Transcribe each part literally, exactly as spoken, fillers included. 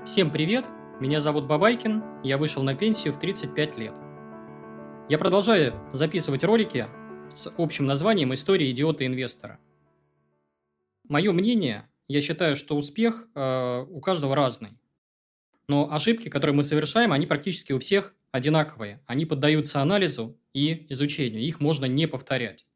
Всем привет! Меня зовут Бабайкин, я вышел на пенсию в тридцать пять лет. Я продолжаю записывать ролики с общим названием «История идиота-инвестора». Мое мнение, я считаю, что успех э, у каждого разный. Но ошибки, которые мы совершаем, они практически у всех одинаковые. Они поддаются анализу и изучению, их можно не повторять.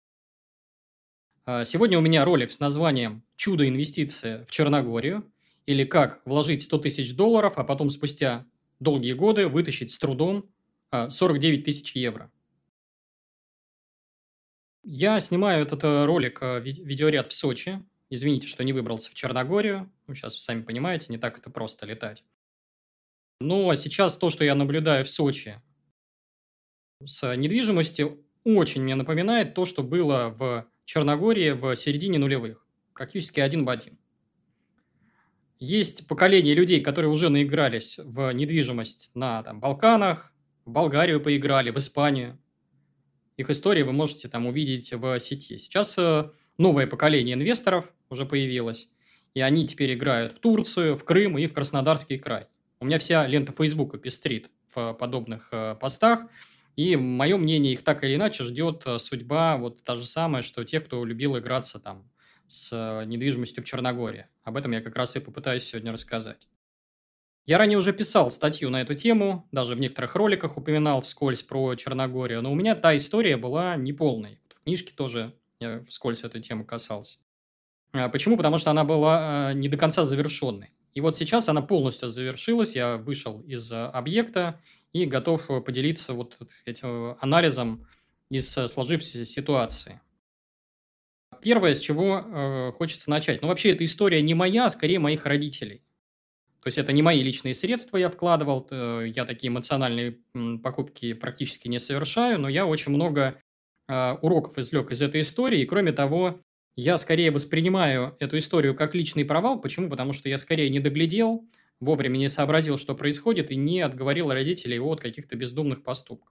Э, Сегодня у меня ролик с названием «Чудо-инвестиция в Черногорию» или «Как вложить сто тысяч долларов, а потом спустя долгие годы вытащить с трудом а, сорок девять тысяч евро». Я снимаю этот э, ролик, э, ви- видеоряд в Сочи. Извините, что не выбрался в Черногорию. Ну, сейчас вы сами понимаете, не так это просто летать. Но сейчас то, что я наблюдаю в Сочи с недвижимостью, очень мне напоминает то, что было в Черногории в середине нулевых. Практически один в один. Есть поколение людей, которые уже наигрались в недвижимость на там, Балканах, в Болгарию поиграли, в Испанию. Их истории вы можете там увидеть в сети. Сейчас э, новое поколение инвесторов уже появилось, и они теперь играют в Турцию, в Крым и в Краснодарский край. У меня вся лента Фейсбука пестрит в подобных э, постах, и мое мнение, их так или иначе ждет э, судьба вот та же самая, что тех, кто любил играться там с э, недвижимостью в Черногории. Об этом я как раз и попытаюсь сегодня рассказать. Я ранее уже писал статью на эту тему, даже в некоторых роликах упоминал вскользь про Черногорию, но у меня та история была неполной. В книжке тоже я вскользь эту тему касался. А, Почему? Потому что она была а, не до конца завершенной. И вот сейчас она полностью завершилась, я вышел из а, объекта и готов э, поделиться вот, так сказать, э, анализом из э, сложившейся ситуации. Первое, с чего э, хочется начать. Ну, вообще, эта история не моя, а скорее моих родителей. То есть это не мои личные средства я вкладывал, э, я такие эмоциональные м, покупки практически не совершаю, но я очень много а, уроков извлек из этой истории. И кроме того, я скорее воспринимаю эту историю как личный провал. Почему? Потому что я скорее не доглядел, вовремя не сообразил, что происходит, и не отговорил родителей от каких-то бездумных поступков.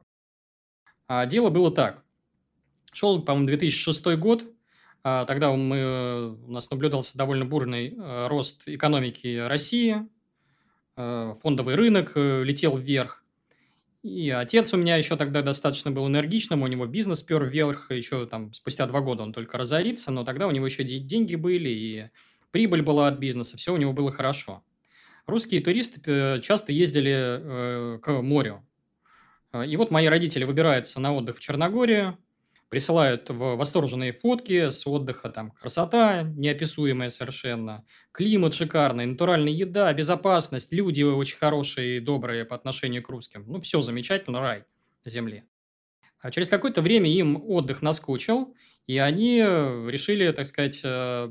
А дело было так. Шел, по-моему, две тысячи шестой год. А, Тогда мы, э, у нас наблюдался довольно бурный э, рост экономики России, э, фондовый рынок э, летел вверх. И отец у меня еще тогда достаточно был энергичным, у него бизнес пер вверх, еще там спустя два года он только разорится, но тогда у него еще де- деньги были, и прибыль была от бизнеса, все у него было хорошо. Русские туристы э, часто ездили э, к морю. Э, И вот мои родители выбираются на отдых в Черногорию, присылают в восторженные фотки с отдыха, там красота неописуемая совершенно, климат шикарный, натуральная еда, безопасность, люди очень хорошие и добрые по отношению к русским. Ну, все замечательно, рай на земле. А через какое-то время им отдых наскучил, и они э, решили, так сказать, э,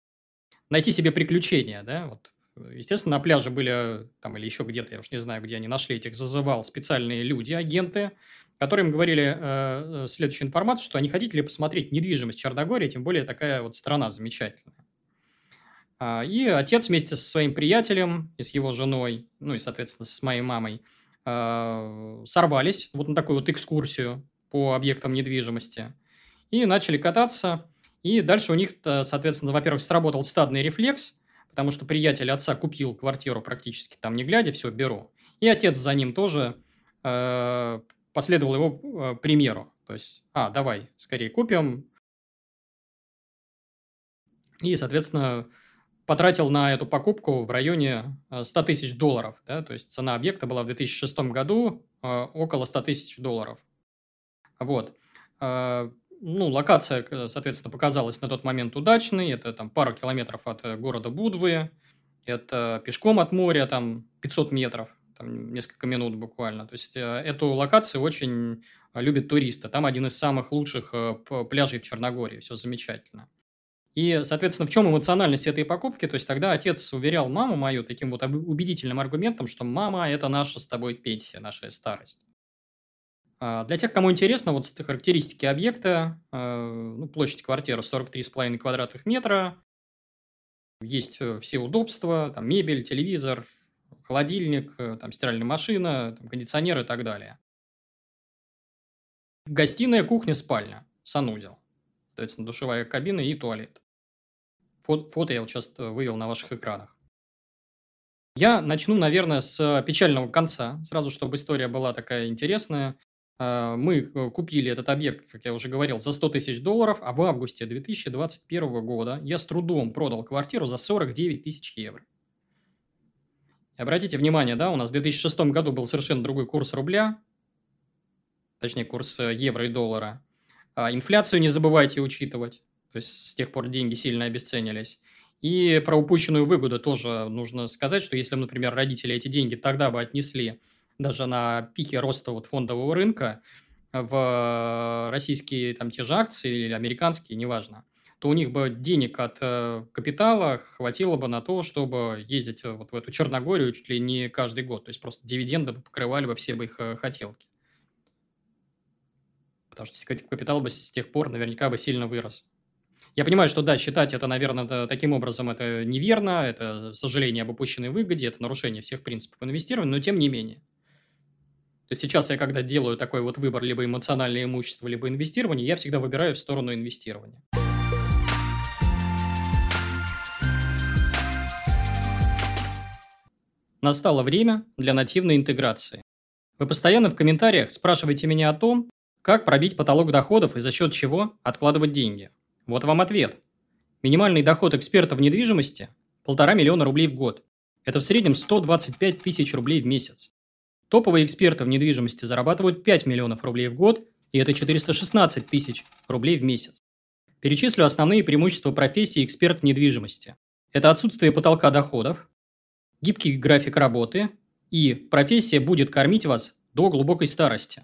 найти себе приключения, да, вот. Естественно, на пляже были, там, или еще где-то, я уж не знаю, где они нашли этих зазывал, специальные люди, агенты, которые им говорили э, э, следующую информацию, что они хотите ли посмотреть недвижимость Черногории, тем более такая вот страна замечательная. А, И отец вместе со своим приятелем и с его женой, ну и, соответственно, с моей мамой, а, сорвались вот на такую вот экскурсию по объектам недвижимости и начали кататься. И дальше у них, э, соответственно, во-первых, сработал стадный рефлекс, потому что приятель отца купил квартиру практически там не глядя, все, беру. И отец за ним тоже э, последовал его э, примеру. То есть, а, давай, скорее купим. И, соответственно, потратил на эту покупку в районе э, ста тысяч долларов. Да? То есть, цена объекта была в две тысячи шестом году э, около ста тысяч долларов. Вот. А, Ну, локация, к соответственно, показалась на тот момент удачной. Это там пару километров от э, города Будвы. Это пешком от моря там пятьсот метров, там несколько минут буквально. То есть, э, эту локацию очень э, любят туристы. Там один из самых лучших э, п пляжей в Черногории. Все замечательно. И, соответственно, в чем эмоциональность этой покупки? То есть, тогда отец уверял маму мою таким вот об убедительным аргументом, что: «Мама, это наша с тобой пенсия, наша старость». А, Для тех, кому интересно, вот с- характеристики объекта, э, ну, площадь квартиры сорок три с половиной квадратных метра, есть э, все удобства, там мебель, телевизор, холодильник, э, там стиральная машина, там, кондиционер и так далее. Гостиная, кухня, спальня, санузел, соответственно, душевая кабина и туалет. Фо- Фото я вот сейчас вывел на ваших экранах. Я начну, наверное, с печального конца, сразу, чтобы история была такая интересная. А, Мы э, купили этот объект, как я уже говорил, за сто тысяч долларов, а в августе две тысячи двадцать первого года я с трудом продал квартиру за сорок девять тысяч евро. Обратите внимание, да, у нас в две тысячи шестом году был совершенно другой курс рубля, точнее, курс э, евро и доллара. А инфляцию не забывайте учитывать, то есть с тех пор деньги сильно обесценились. И про упущенную выгоду тоже нужно сказать, что если, например, родители эти деньги тогда бы отнесли даже на пике роста вот фондового рынка в российские там те же акции или американские, неважно, то у них бы денег от э, капитала хватило бы на то, чтобы ездить э, вот в эту Черногорию чуть ли не каждый год. То есть просто дивиденды бы покрывали бы все бы их э, хотелки. Потому что ска- капитал бы с тех пор наверняка бы сильно вырос. Я понимаю, что да, считать это, наверное, да, таким образом это неверно, это сожаление об упущенной выгоде, это нарушение всех принципов инвестирования, но тем не менее. То есть сейчас я, когда делаю такой вот выбор либо эмоциональное имущество, либо инвестирование, я всегда выбираю в сторону инвестирования. Настало время для нативной интеграции. Вы постоянно в комментариях спрашиваете меня о том, как пробить потолок доходов и за счет чего откладывать деньги. Вот вам ответ. Минимальный доход эксперта в недвижимости – полтора миллиона рублей в год. Это в среднем сто двадцать пять тысяч рублей в месяц. Топовые эксперты в недвижимости зарабатывают пять миллионов рублей в год, и это четыреста шестнадцать тысяч рублей в месяц. Перечислю основные преимущества профессии эксперт в недвижимости. Это отсутствие потолка доходов, гибкий график работы, и профессия будет кормить вас до глубокой старости.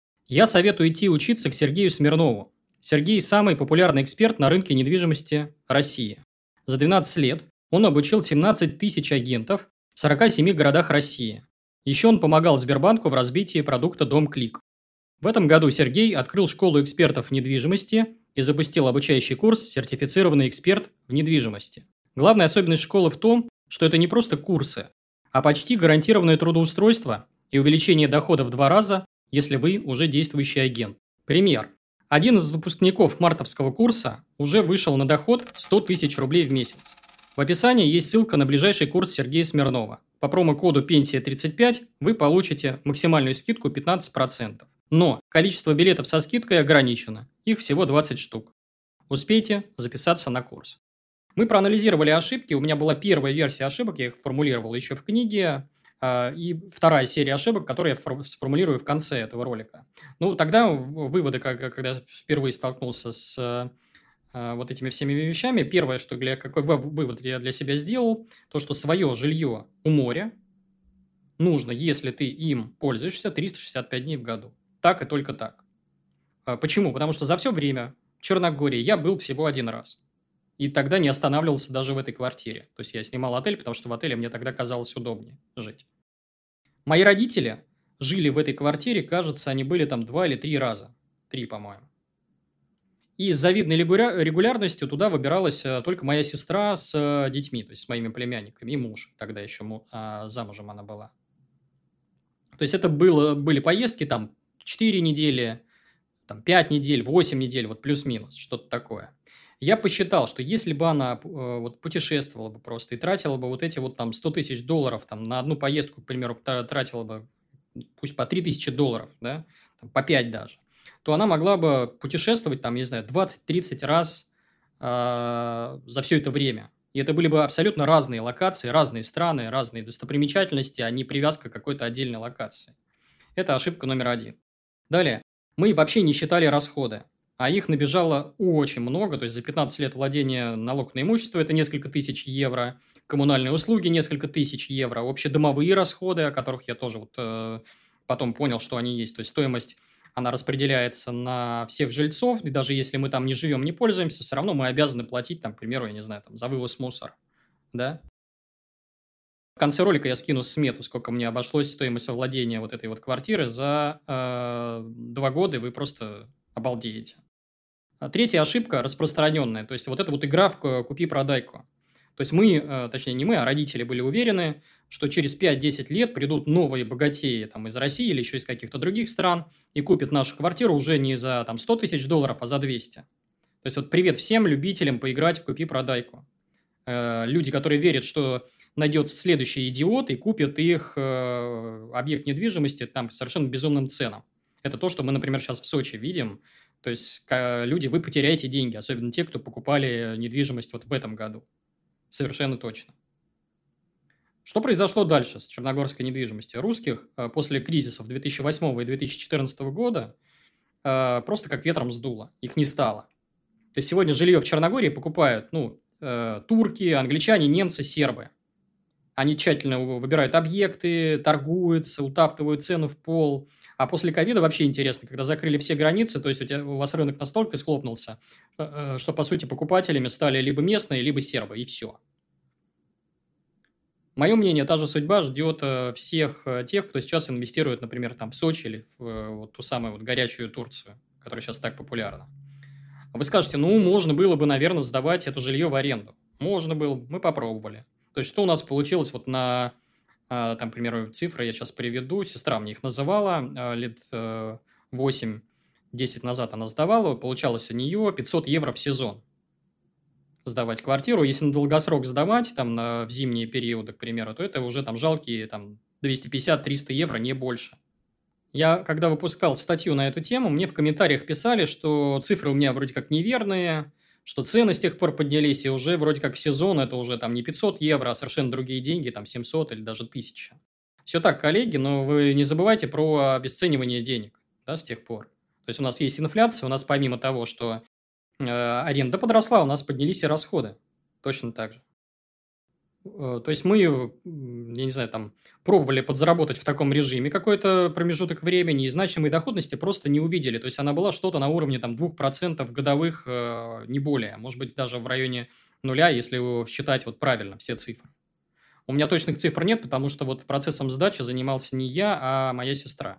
Я советую идти учиться к Сергею Смирнову. Сергей – самый популярный эксперт на рынке недвижимости России. За двенадцать лет он обучил семнадцать тысяч агентов в сорока семи городах России. Еще он помогал Сбербанку в развитии продукта «Дом Клик». В этом году Сергей открыл школу экспертов в недвижимости и запустил обучающий курс «Сертифицированный эксперт в недвижимости». Главная особенность школы в том, что это не просто курсы, а почти гарантированное трудоустройство и увеличение дохода в два раза, если вы уже действующий агент. Пример. Один из выпускников мартовского курса уже вышел на доход сто тысяч рублей в месяц. В описании есть ссылка на ближайший курс Сергея Смирнова. По промокоду пенсия тридцать пять вы получите максимальную скидку пятнадцать процентов. Но количество билетов со скидкой ограничено. Их всего двадцать штук. Успейте записаться на курс. Мы проанализировали ошибки. У меня была первая версия ошибок, я их формулировал еще в книге. а, И вторая серия ошибок, которые я фор- сформулирую в конце этого ролика. Ну, тогда в- выводы, как- когда я впервые столкнулся с а, вот этими всеми вещами, первое, что для, какой вы- вывод я для себя сделал, то, что свое жилье у моря нужно, если ты им пользуешься триста шестьдесят пять дней в году. Так и только так. А, Почему? Потому что за все время в Черногории я был всего один раз. И тогда не останавливался даже в этой квартире. То есть я снимал отель, потому что в отеле мне тогда казалось удобнее жить. Мои родители жили в этой квартире, кажется, они были там два или три раза. Три, по-моему. И с завидной регуля- регулярностью туда выбиралась э, только моя сестра с э, детьми, то есть с моими племянниками, и муж. Тогда еще му- а, замужем она была. То есть это было, были поездки там четыре недели, там пять недель, восемь недель, вот плюс-минус, что-то такое. Я посчитал, что если бы она э, вот путешествовала бы просто и тратила бы вот эти вот там сто тысяч долларов там на одну поездку, к примеру, та- тратила бы пусть по три тысячи долларов, да, там, по пять даже, то она могла бы путешествовать там, я не знаю, двадцать-тридцать раз а, за все это время. И это были бы абсолютно разные локации, разные страны, разные достопримечательности, а не привязка к какой-то отдельной локации. Это ошибка номер один. Далее. Мы вообще не считали расходы, а их набежало очень много. То есть за пятнадцать лет владения налог на имущество – это несколько тысяч евро, коммунальные услуги – несколько тысяч евро, общедомовые расходы, о которых я тоже вот, э, потом понял, что они есть. То есть стоимость, она распределяется на всех жильцов, и даже если мы там не живем, не пользуемся, все равно мы обязаны платить, там, к примеру, я не знаю, там, за вывоз мусора. Да? В конце ролика я скину смету, сколько мне обошлось стоимость владения вот этой вот квартиры за э, два года, и вы просто обалдеете. А третья ошибка распространенная, то есть вот эта вот игра в ку- купи-продайку. То есть мы, э, точнее не мы, а родители были уверены, что через пять-десять лет придут новые богатеи там, из России или еще из каких-то других стран и купят нашу квартиру уже не за там, сто тысяч долларов, а за двести. То есть вот привет всем любителям поиграть в купи-продайку. Э, люди, которые верят, что найдется следующий идиот и купит их э, объект недвижимости там по совершенно безумным ценам. Это то, что мы, например, сейчас в Сочи видим. То есть ка- люди, вы потеряете деньги, особенно те, кто покупали недвижимость вот в этом году. Совершенно точно. Что произошло дальше с черногорской недвижимостью? Русских э, после кризисов две тысячи восьмого и две тысячи четырнадцатого года э, просто как ветром сдуло. Их не стало. То есть сегодня жилье в Черногории покупают ну, э, турки, англичане, немцы, сербы. Они тщательно вы- выбирают объекты, торгуются, утаптывают цену в пол. А после ковида вообще интересно, когда закрыли все границы, то есть у, тебя, у вас рынок настолько схлопнулся, э, э, что, по сути, покупателями стали либо местные, либо сербы, и все. Мое мнение, та же судьба ждет э, всех э, тех, кто сейчас инвестирует, например, там, в Сочи или в э, вот ту самую вот горячую Турцию, которая сейчас так популярна. Вы скажете, ну, можно было бы, наверное, сдавать это жилье в аренду. Можно было бы, мы попробовали. То есть, что у нас получилось вот на, а, там, к примеру, цифры я сейчас приведу. Сестра мне их называла а, лет э, восемь-десять назад она сдавала. Получалось у нее пятьсот евро в сезон сдавать квартиру. Если на долгосрок сдавать, там, на, в зимние периоды, к примеру, то это уже там жалкие там двести пятьдесят-триста евро, не больше. Я, когда выпускал статью на эту тему, мне в комментариях писали, что цифры у меня вроде как неверные, что цены с тех пор поднялись, и уже вроде как в сезон это уже там не пятьсот евро, а совершенно другие деньги, там семьсот или даже тысяча. Все так, коллеги, но вы не забывайте про обесценивание денег, да, с тех пор. То есть у нас есть инфляция, у нас помимо того, что э, аренда подросла, у нас поднялись и расходы. Точно так же. Э, то есть мы, м, я не знаю, там пробовали подзаработать в таком режиме какой-то промежуток времени и значимой доходности просто не увидели. То есть она была что-то на уровне там двух процентов годовых, э, не более. Может быть, даже в районе нуля, если его считать вот правильно все цифры. У меня точных цифр нет, потому что вот процессом сдачи занимался не я, а моя сестра.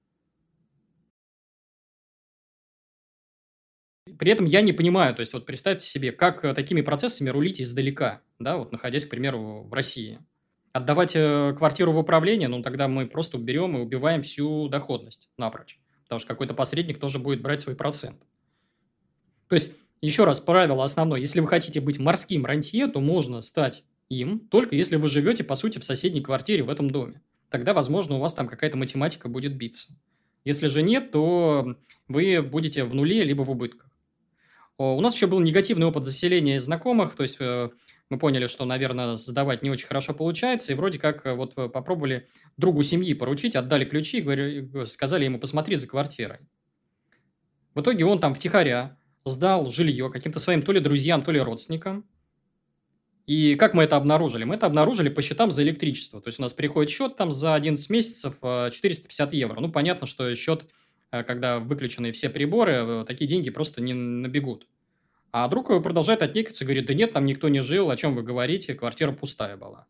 При этом я не понимаю, то есть вот представьте себе, как э, такими процессами рулить издалека, да, вот находясь, к примеру, в России. Отдавать э, квартиру в управление, ну тогда мы просто берем и убиваем всю доходность напрочь, потому что какой-то посредник тоже будет брать свой процент. То есть, еще раз, правило основное, если вы хотите быть морским рантье, то можно стать им, только если вы живете, по сути, в соседней квартире в этом доме. Тогда, возможно, у вас там какая-то математика будет биться. Если же нет, то вы будете в нуле либо в убытках. О, У нас еще был негативный опыт заселения знакомых, то есть э, мы поняли, что, наверное, сдавать не очень хорошо получается, и вроде как э, вот э, попробовали другу семьи поручить, отдали ключи, говорю, э, сказали ему, посмотри за квартирой. В итоге он там втихаря сдал жилье каким-то своим то ли друзьям, то ли родственникам. И как мы это обнаружили? Мы это обнаружили по счетам за электричество. То есть у нас приходит счет там за одиннадцать месяцев э, четыреста пятьдесят евро. Ну, понятно, что счет, э, когда выключены все приборы, э, такие деньги просто не набегут. А друг его продолжает отнекиваться, говорит, да нет, там никто не жил, о чем вы говорите, квартира пустая была.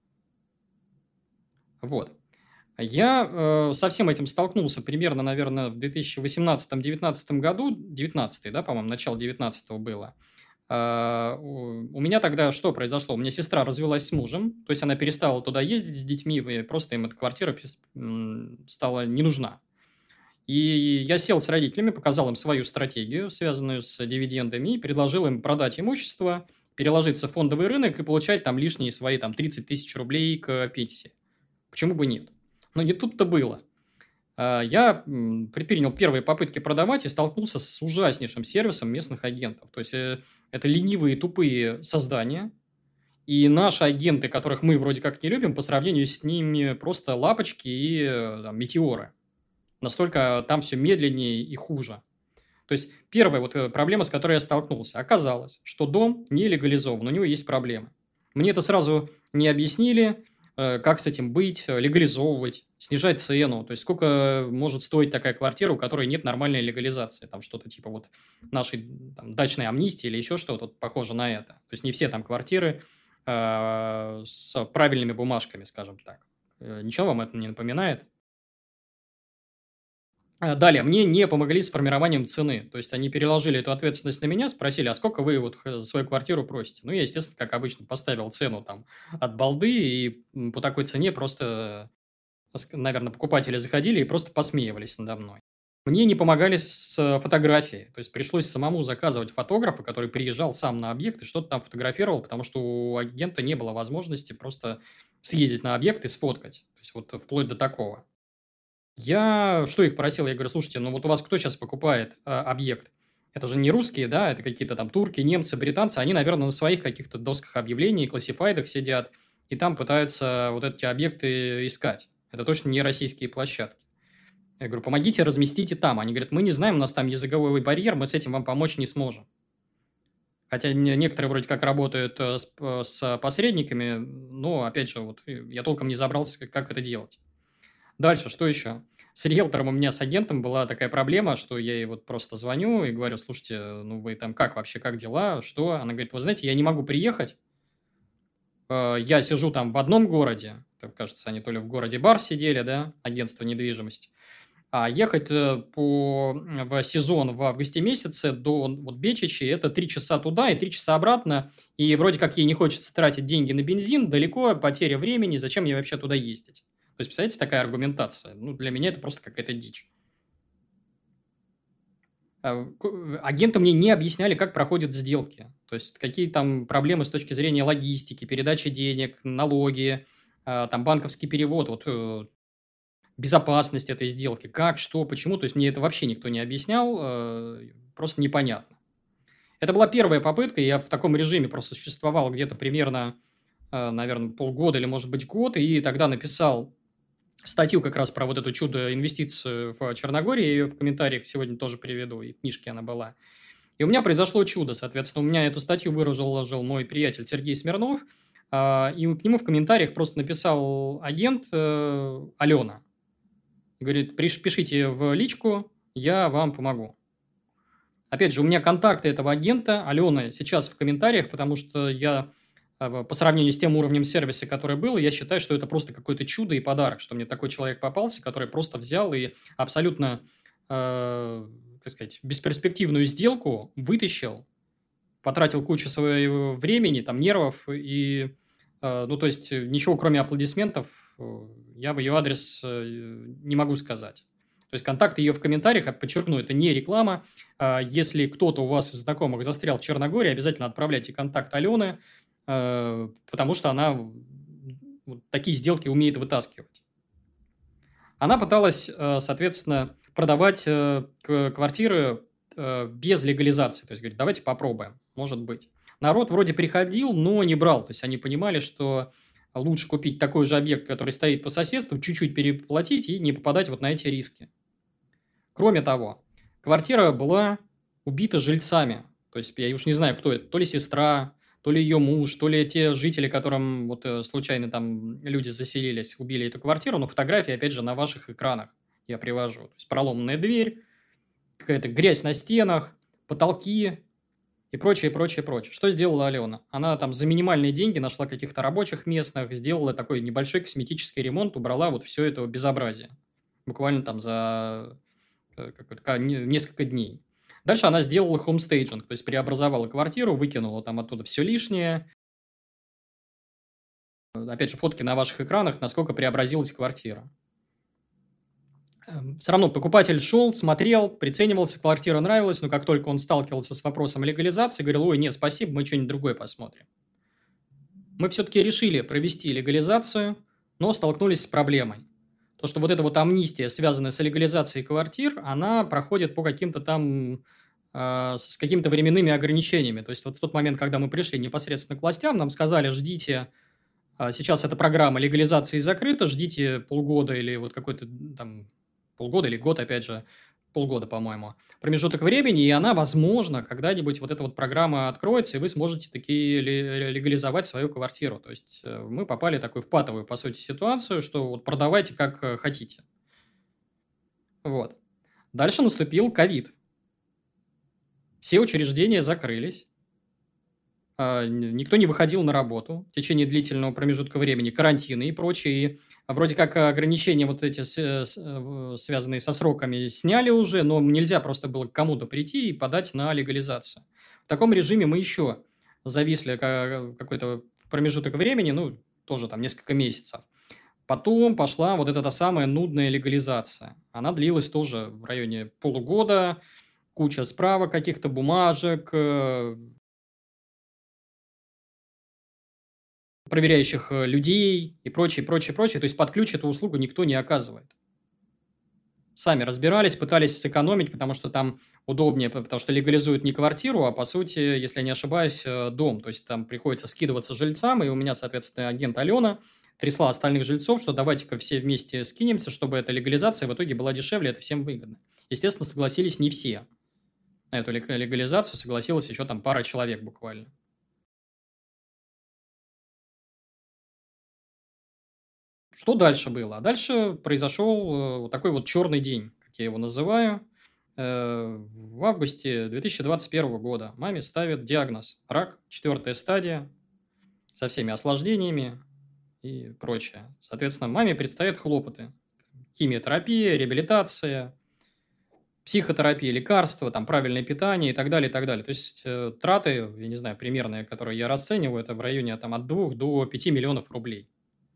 Вот. Я э, со всем этим столкнулся примерно, наверное, в две тысячи восемнадцатом-девятнадцатом году, девятнадцатый, да, по-моему, начало девятнадцатого было. А, у у меня тогда что произошло? У меня сестра развелась с мужем, то есть она перестала туда ездить с детьми, и просто им эта квартира пис- м, стала не нужна. И я сел с родителями, показал им свою стратегию, связанную с дивидендами, и предложил им продать имущество, переложиться в фондовый рынок и получать там лишние свои там тридцать тысяч рублей к пенсии. Почему бы нет? Но не тут-то было. А, Я м, предпринял первые попытки продавать и столкнулся с ужаснейшим сервисом местных агентов. То есть, э, это ленивые, тупые создания, и наши агенты, которых мы вроде как не любим, по сравнению с ними просто лапочки и э, там, метеоры. Настолько там все медленнее и хуже. То есть, первая вот э, проблема, с которой я столкнулся. Оказалось, что дом не легализован, у него есть проблемы. Мне это сразу не объяснили, э, как с этим быть, э, легализовывать, снижать цену. То есть, сколько может стоить такая квартира, у которой нет нормальной легализации. Там что-то типа вот нашей там, дачной амнистии или еще что-то похоже на это. То есть, не все там квартиры э, с правильными бумажками, скажем так. Э, Ничего вам это не напоминает? А, Далее, мне не помогли с формированием цены. То есть, они переложили эту ответственность на меня, спросили, а сколько вы вот х- за свою квартиру просите? Ну, я, естественно, как обычно, поставил цену там от балды, и м, по такой цене просто, наверное, покупатели заходили и просто посмеивались надо мной. Мне не помогали с э, фотографией. То есть пришлось самому заказывать фотографа, который приезжал сам на объект и что-то там фотографировал, потому что у агента не было возможности просто съездить на объект и сфоткать. То есть вот вплоть до такого. Я что их просил? Я говорю, слушайте, ну вот у вас кто сейчас покупает а, объект? Это же не русские, да, это какие-то там турки, немцы, британцы. Они, наверное, на своих каких-то досках объявлений, классифайдах сидят и там пытаются вот эти объекты искать. Это точно не российские площадки. Я говорю, помогите, разместите там. Они говорят, мы не знаем, у нас там языковой барьер, мы с этим вам помочь не сможем. Хотя не- некоторые вроде как работают э, с, п- с посредниками, но, опять же, вот э, я толком не забрался, как как это делать. Дальше, что еще? С риэлтором у меня, с агентом была такая проблема, что я ей вот просто звоню и говорю, слушайте, ну вы там как вообще, как дела, что? Она говорит, вы знаете, я не могу приехать, э, я сижу там в одном городе, там, кажется, они то ли в городе Бар сидели, да, агентство недвижимости, а ехать э, по, м, в сезон в августе месяце до вот Бечичи это три часа туда и три часа обратно. И вроде как ей не хочется тратить деньги на бензин, далеко, потеря времени, зачем ей вообще туда ездить? То есть, представляете, такая аргументация. Ну, для меня это просто какая-то дичь. А, ко- Агенты мне не объясняли, как проходят сделки. То есть, какие там проблемы с точки зрения логистики, передачи денег, налоги, а, там банковский перевод. Вот э, безопасность этой сделки, как, что, почему. То есть, мне это вообще никто не объяснял, э, просто непонятно. Это была первая попытка, и я в таком режиме просто существовал где-то примерно, э, наверное, полгода или, может быть, год, и тогда написал статью как раз про вот эту чудо-инвестицию в Черногории, я ее в комментариях сегодня тоже приведу, и в книжке она была. И у меня произошло чудо, соответственно, у меня эту статью выложил мой приятель Сергей Смирнов, а, и к нему в комментариях просто написал агент э, Алена. Говорит, «Приш- пишите в личку, я вам помогу». Опять же, у меня контакты этого агента, Алены, сейчас в комментариях, потому что я э, по сравнению с тем уровнем сервиса, который был, я считаю, что это просто какое-то чудо и подарок, что мне такой человек попался, который просто взял и абсолютно, э, как сказать, бесперспективную сделку вытащил, потратил кучу своего времени, там, нервов и, э, ну, то есть, э, ничего кроме аплодисментов э, я в ее адрес э, не могу сказать. То есть, контакты ее в комментариях, я подчеркну, это не реклама. А, Если кто-то у вас из знакомых застрял в Черногории, обязательно отправляйте контакт Алены, э, потому что она вот такие сделки умеет вытаскивать. Она пыталась, э, соответственно, продавать э, к- квартиры э, без легализации. То есть, говорит, давайте попробуем, может быть. Народ вроде приходил, но не брал. То есть, они понимали, что лучше купить такой же объект, который стоит по соседству, чуть-чуть переплатить и не попадать вот на эти риски. Кроме того, квартира была убита жильцами. То есть, я уж не знаю, кто это. То ли сестра, то ли ее муж, то ли те жители, которым вот э, случайно там люди заселились, убили эту квартиру. Но фотографии, опять же, на ваших экранах я привожу. То есть, проломанная дверь, какая-то грязь на стенах, потолки и прочее, прочее, прочее. Что сделала Алена? Она там за минимальные деньги нашла каких-то рабочих местных, сделала такой небольшой косметический ремонт, убрала вот все это безобразие. Буквально там за э, какой-то ка- не- несколько дней. Дальше она сделала хомстейджинг, то есть преобразовала квартиру, выкинула там оттуда все лишнее. Э, Опять же, фотки на ваших экранах, насколько преобразилась квартира. Все равно покупатель шел, смотрел, приценивался, квартира нравилась, но как только он сталкивался с вопросом легализации, говорил, ой, нет, спасибо, мы что-нибудь другое посмотрим. Мы все-таки решили провести легализацию, но столкнулись с проблемой. То, что вот эта вот амнистия, связанная с легализацией квартир, она проходит по каким-то там, а, с какими-то временными ограничениями. То есть вот в тот момент, когда мы пришли непосредственно к властям, нам сказали, ждите, а, сейчас эта программа легализации закрыта, ждите полгода или вот какой-то там полгода или год, опять же, полгода, по-моему, промежуток времени, и она, возможно, когда-нибудь вот эта вот программа откроется, и вы сможете таки ле- легализовать свою квартиру. То есть э, мы попали в такую в патовую, по сути, ситуацию, что вот продавайте как э, хотите. Вот. Дальше наступил ковид. Все учреждения закрылись. А, н никто не выходил на работу в течение длительного промежутка времени, карантины и прочее. И а, вроде как ограничения вот эти, с э, с э, в связанные со сроками, сняли уже, но нельзя просто было к кому-то прийти и подать на легализацию. В таком режиме мы еще зависли ка какой-то промежуток времени, ну, тоже там несколько месяцев. Потом пошла вот эта та самая нудная легализация. Она длилась тоже в районе полугода, куча справок, каких-то бумажек, э, проверяющих э, людей и прочее, прочее, прочее. То есть под ключ эту услугу никто не оказывает. Сами разбирались, пытались сэкономить, потому что там удобнее, п- потому что легализуют не квартиру, а по сути, если я не ошибаюсь, э, дом. То есть там приходится скидываться жильцам, и у меня, соответственно, агент Алена трясла остальных жильцов, что давайте-ка все вместе скинемся, чтобы эта легализация в итоге была дешевле, это всем выгодно. Естественно, согласились не все. На эту лег- легализацию согласилась еще там пара человек буквально. Что дальше было? А дальше произошел э, вот такой вот черный день, как я его называю. Э, В августе две тысячи двадцать первого года маме ставят диагноз – рак, четвертая стадия, со всеми осложнениями и прочее. Соответственно, маме предстоят хлопоты. Химиотерапия, реабилитация, психотерапия, лекарства, там, правильное питание и так далее, и так далее. То есть, э, траты, я не знаю, примерные, которые я расцениваю, это в районе там, от двух до пяти миллионов рублей.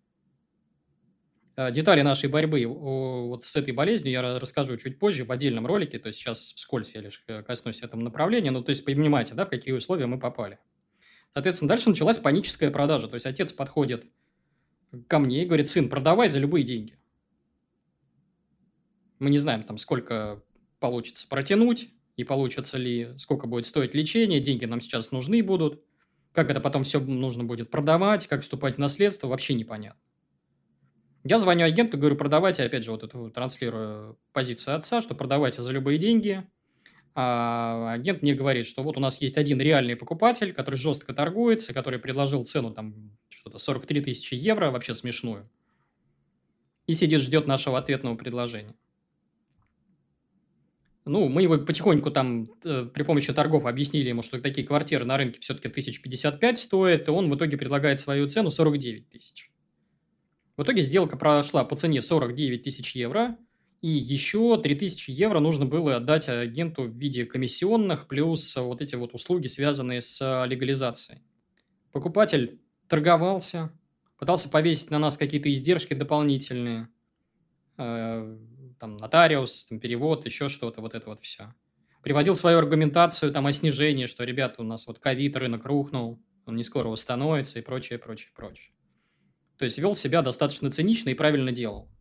Э, Детали нашей борьбы о, вот с этой болезнью я ра- расскажу чуть позже в отдельном ролике, то есть сейчас вскользь я лишь э, коснусь этого направления, ну, то есть понимаете, да, в какие условия мы попали. Соответственно, дальше началась паническая продажа, то есть отец подходит ко мне и говорит: сын, продавай за любые деньги. Мы не знаем, там, сколько получится протянуть, и получится ли, сколько будет стоить лечение, деньги нам сейчас нужны будут, как это потом все нужно будет продавать, как вступать в наследство, вообще непонятно. Я звоню агенту, говорю: продавайте, опять же, вот эту транслирую позицию отца, что продавайте за любые деньги. А агент мне говорит, что вот у нас есть один реальный покупатель, который жестко торгуется, который предложил цену там что-то сорок три тысячи евро, вообще смешную, и сидит, ждет нашего ответного предложения. Ну, мы его потихоньку там э, при помощи торгов объяснили ему, что такие квартиры на рынке все-таки тысяч пятьдесят пять стоят, и он в итоге предлагает свою цену сорок девять тысяч. В итоге сделка прошла по цене сорок девять тысяч евро, и еще три тысячи евро нужно было отдать агенту в виде комиссионных, плюс вот эти вот услуги, связанные с легализацией. Покупатель торговался, пытался повесить на нас какие-то издержки дополнительные, э, там, нотариус, там, перевод, еще что-то, вот это вот все. Приводил свою аргументацию там о снижении, что, ребята, у нас вот ковид, рынок рухнул, он не скоро восстановится и прочее, прочее, прочее. То есть вел себя достаточно цинично и правильно делал.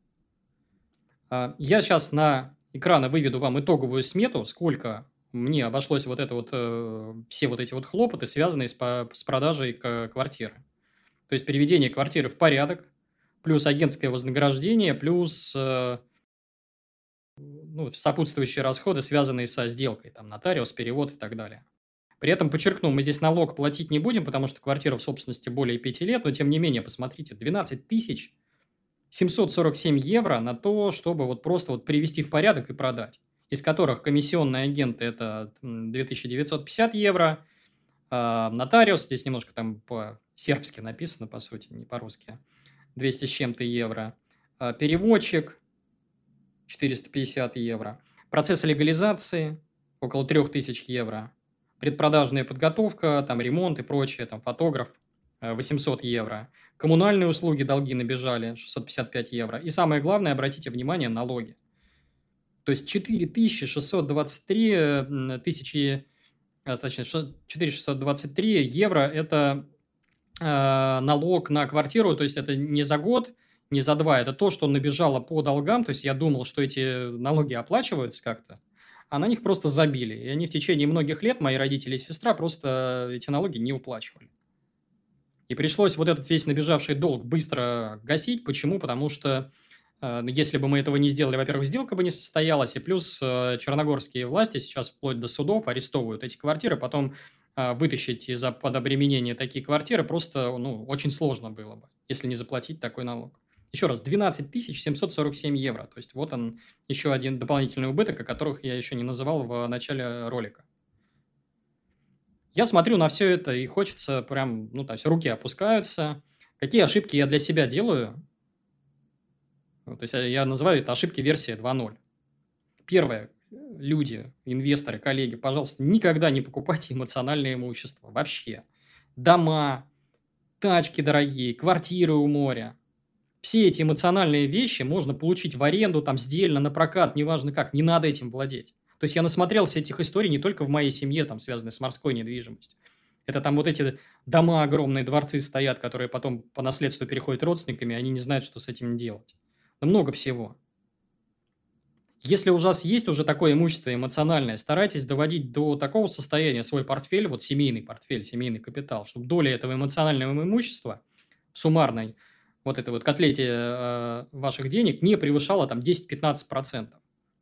А, Я сейчас на экраны выведу вам итоговую смету, сколько мне обошлось вот это вот, э, все вот эти вот хлопоты, связанные с, по- с продажей к- квартиры. То есть приведение квартиры в порядок, плюс агентское вознаграждение, плюс э, ну, сопутствующие расходы, связанные со сделкой, там нотариус, перевод и так далее. При этом, подчеркну, мы здесь налог платить не будем, потому что квартира в собственности более пяти лет, но тем не менее, посмотрите, двенадцать тысяч семьсот сорок семь евро на то, чтобы вот просто вот привести в порядок и продать, из которых комиссионные агенты – это м, две тысячи девятьсот пятьдесят евро, а нотариус, здесь немножко там по-сербски написано, по сути, не по-русски, двести с чем-то евро, а переводчик четыреста пятьдесят евро, процесс легализации около трех тысяч евро, предпродажная подготовка, там ремонт и прочее, там фотограф э, восемьсот евро, коммунальные услуги, долги набежали шестьсот пятьдесят пять евро. И самое главное, обратите внимание, налоги. То есть четыре тысячи шестьсот двадцать три э, м, тысячи, а, точнее, ш- четыре тысячи шестьсот двадцать три евро – это э, налог на квартиру, то есть это не за год, не за два, это то, что набежало по долгам, то есть я думал, что эти налоги оплачиваются как-то, а на них просто забили. И они в течение многих лет, мои родители и сестра, просто эти налоги не уплачивали. И пришлось вот этот весь набежавший долг быстро гасить. Почему? Потому что э, если бы мы этого не сделали, во-первых, сделка бы не состоялась, и плюс э, черногорские власти сейчас вплоть до судов арестовывают эти квартиры, потом э, вытащить из-за подобременения такие квартиры просто ну, очень сложно было бы, если не заплатить такой налог. Еще раз, двенадцать тысяч семьсот сорок семь евро. То есть вот он еще один дополнительный убыток, о которых я еще не называл в начале ролика. Я смотрю на все это, и хочется прям, ну, то есть руки опускаются. Какие ошибки я для себя делаю? Ну, то есть э, я называю это ошибки версии два ноль. Первое. Люди, инвесторы, коллеги, пожалуйста, никогда не покупайте эмоциональное имущество. Вообще. Дома, тачки дорогие, квартиры у моря. Все эти эмоциональные вещи можно получить в аренду, там, сдельно, на прокат, неважно как. Не надо этим владеть. То есть я насмотрелся этих историй не только в моей семье, там, связанные с морской недвижимостью. Это там вот эти дома огромные, дворцы стоят, которые потом по наследству переходят родственниками, они не знают, что с этим делать. Да много всего. Если у вас есть уже такое имущество эмоциональное, старайтесь доводить до такого состояния свой портфель, вот семейный портфель, семейный капитал, чтобы доля этого эмоционального имущества в суммарной вот этой вот котлете э, ваших денег не превышала там десять-пятнадцать процентов.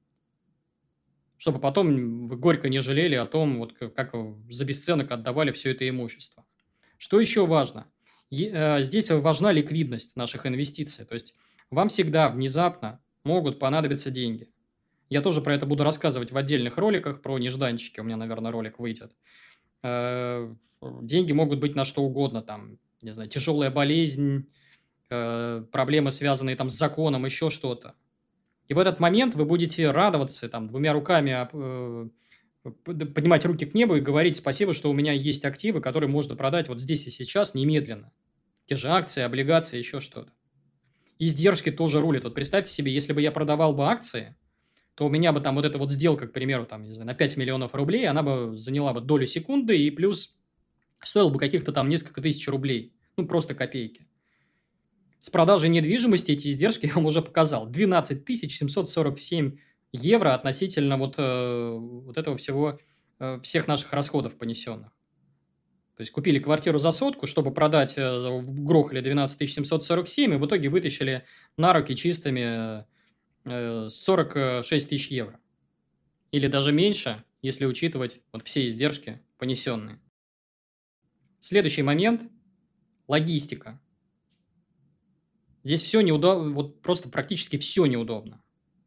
Чтобы потом вы горько не жалели о том, вот к- как вы за бесценок отдавали все это имущество. Что еще важно? Е- э, Здесь важна ликвидность наших инвестиций. То есть вам всегда внезапно могут понадобиться деньги. Я тоже про это буду рассказывать в отдельных роликах, про нежданчики. У меня, наверное, ролик выйдет. Э, Деньги могут быть на что угодно. Там, не знаю, тяжелая болезнь, э, проблемы, связанные там с законом, еще что-то. И в этот момент вы будете радоваться, там, двумя руками об- э, под- поднимать руки к небу и говорить: спасибо, что у меня есть активы, которые можно продать вот здесь и сейчас немедленно. Те же акции, облигации, еще что-то. Издержки тоже рулят. Вот представьте себе, если бы я продавал бы акции, то у меня бы там вот эта вот сделка, к примеру, там, не знаю, на пять миллионов рублей, она бы заняла бы долю секунды и плюс стоила бы каких-то там несколько тысяч рублей. Ну, просто копейки. С продажей недвижимости эти издержки я вам уже показал. двенадцать тысяч семьсот сорок семь евро относительно вот, э, вот этого всего, э, всех наших расходов понесенных. То есть купили квартиру за сотку, чтобы продать, э, за- грохали двенадцать тысяч семьсот сорок семь, и в итоге вытащили на руки чистыми э, сорок шесть тысяч евро. Или даже меньше, если учитывать вот все издержки понесенные. Следующий момент – логистика. Здесь все неудобно, вот просто практически все неудобно.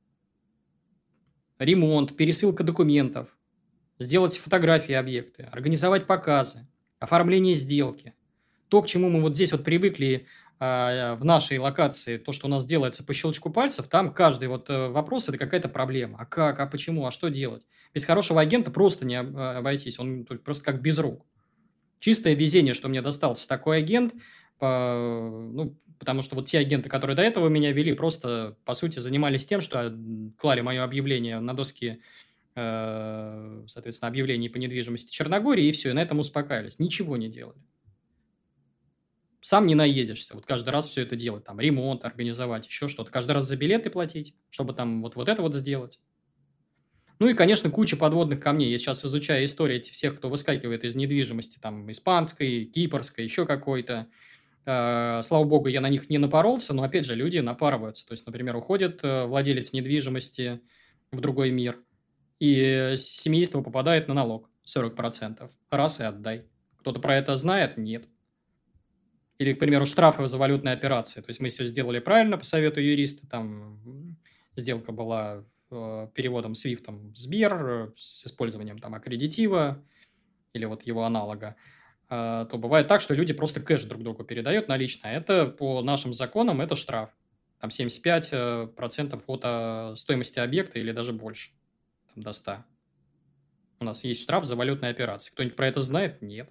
Ремонт, пересылка документов, сделать фотографии объекта, организовать показы, оформление сделки. То, к чему мы вот здесь вот привыкли а, в нашей локации, то, что у нас делается по щелчку пальцев, там каждый вот э, вопрос – это какая-то проблема. А как, а почему, а что делать? Без хорошего агента просто не об- а, обойтись, он только просто как без рук. Чистое везение, что мне достался такой агент, по- ну, потому что вот те агенты, которые до этого меня вели, просто, по сути, занимались тем, что м, клали мое объявление на доски, э, соответственно, объявлений по недвижимости Черногории, и все, и на этом успокаивались. Ничего не делали. Сам не наедешься, вот каждый раз все это делать, там, ремонт организовать, еще что-то. Каждый раз за билеты платить, чтобы там вот, вот это вот сделать. Ну и, конечно, куча подводных камней. Я сейчас изучаю истории этих всех, кто выскакивает из недвижимости, там, испанской, кипрской, еще какой-то. Э, Слава богу, я на них не напоролся, но, опять же, люди напарываются. То есть, например, уходит э, владелец недвижимости в другой мир, и семейство попадает на налог сорок процентов. Раз и отдай. Кто-то про это знает? Нет. Или, к примеру, штрафы за валютные операции. То есть мы все сделали правильно по совету юриста, там м, сделка была э, переводом свифтом в Сбер э, с использованием там аккредитива или вот его аналога, а, то бывает так, что люди просто кэш друг другу передают налично. А это по нашим законам это штраф. Там семьдесят пять э, процентов от а, стоимости объекта или даже больше, там, до ста. У нас есть штраф за валютные операции. Кто-нибудь про это знает? Нет.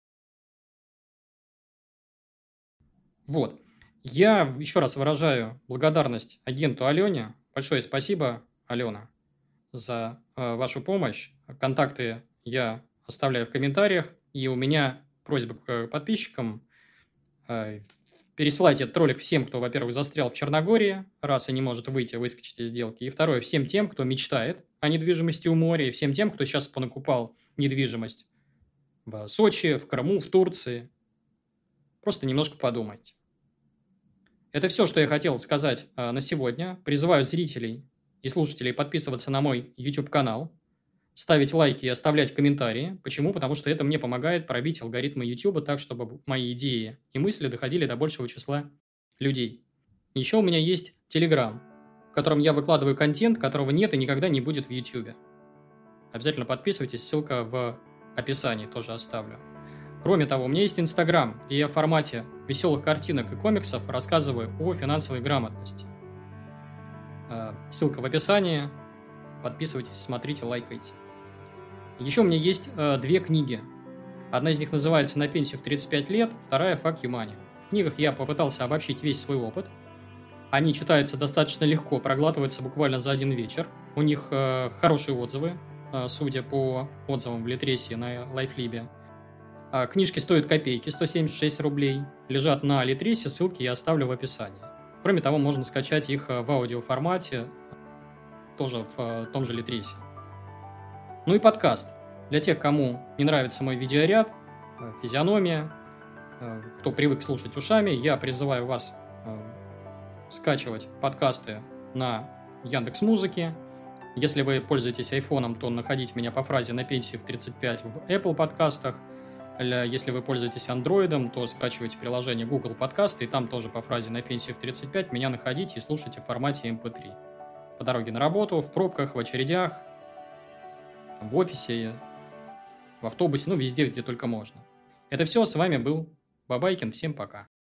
Вот. Я еще раз выражаю благодарность агенту Алене. Большое спасибо, Алена, за э, вашу помощь. Контакты я оставляю в комментариях. И у меня просьба к подписчикам. э, Пересылайте этот ролик всем, кто, во-первых, застрял в Черногории, раз и не может выйти, выскочить из сделки. И второе, всем тем, кто мечтает о недвижимости у моря, и всем тем, кто сейчас понакупал недвижимость в Сочи, в Крыму, в Турции. Просто немножко подумайте. Это все, что я хотел сказать а, на сегодня. Призываю зрителей и слушателей подписываться на мой YouTube-канал, ставить лайки и оставлять комментарии. Почему? Потому что это мне помогает пробить алгоритмы YouTube так, чтобы мои идеи и мысли доходили до большего числа людей. Еще у меня есть Telegram, в котором я выкладываю контент, которого нет и никогда не будет в YouTube. Обязательно подписывайтесь, ссылка в описании тоже оставлю. Кроме того, у меня есть Инстаграм, где я в формате веселых картинок и комиксов рассказываю о финансовой грамотности. Э, Ссылка в описании. Подписывайтесь, смотрите, лайкайте. Еще у меня есть э, две книги. Одна из них называется «На пенсию в тридцать пять лет», вторая «Fuck you money». В книгах я попытался обобщить весь свой опыт Они читаются достаточно легко, проглатываются буквально за один вечер. У них э, хорошие отзывы, э, судя по отзывам в Литресе на Лайфлибе. А, Книжки стоят копейки, сто семьдесят шесть рублей. Лежат на Литресе, ссылки я оставлю в описании. Кроме того, можно скачать их э, в аудиоформате, тоже в э, том же Литресе. Ну и подкаст. Для тех, кому не нравится мой видеоряд, э, физиономия, э, кто привык слушать ушами, я призываю вас э, скачивать подкасты на Яндекс.Музыке. Если вы пользуетесь айфоном, то находите меня по фразе «на пенсию в тридцать пять» в Apple подкастах. Если вы пользуетесь андроидом, то скачивайте приложение Google подкасты, и там тоже по фразе «на пенсию в тридцать пять» меня находите и слушайте в формате эм пэ три. По дороге на работу, в пробках, в очередях, в офисе, в автобусе, ну везде, где только можно. Это все, с вами был Бабайкин, всем пока.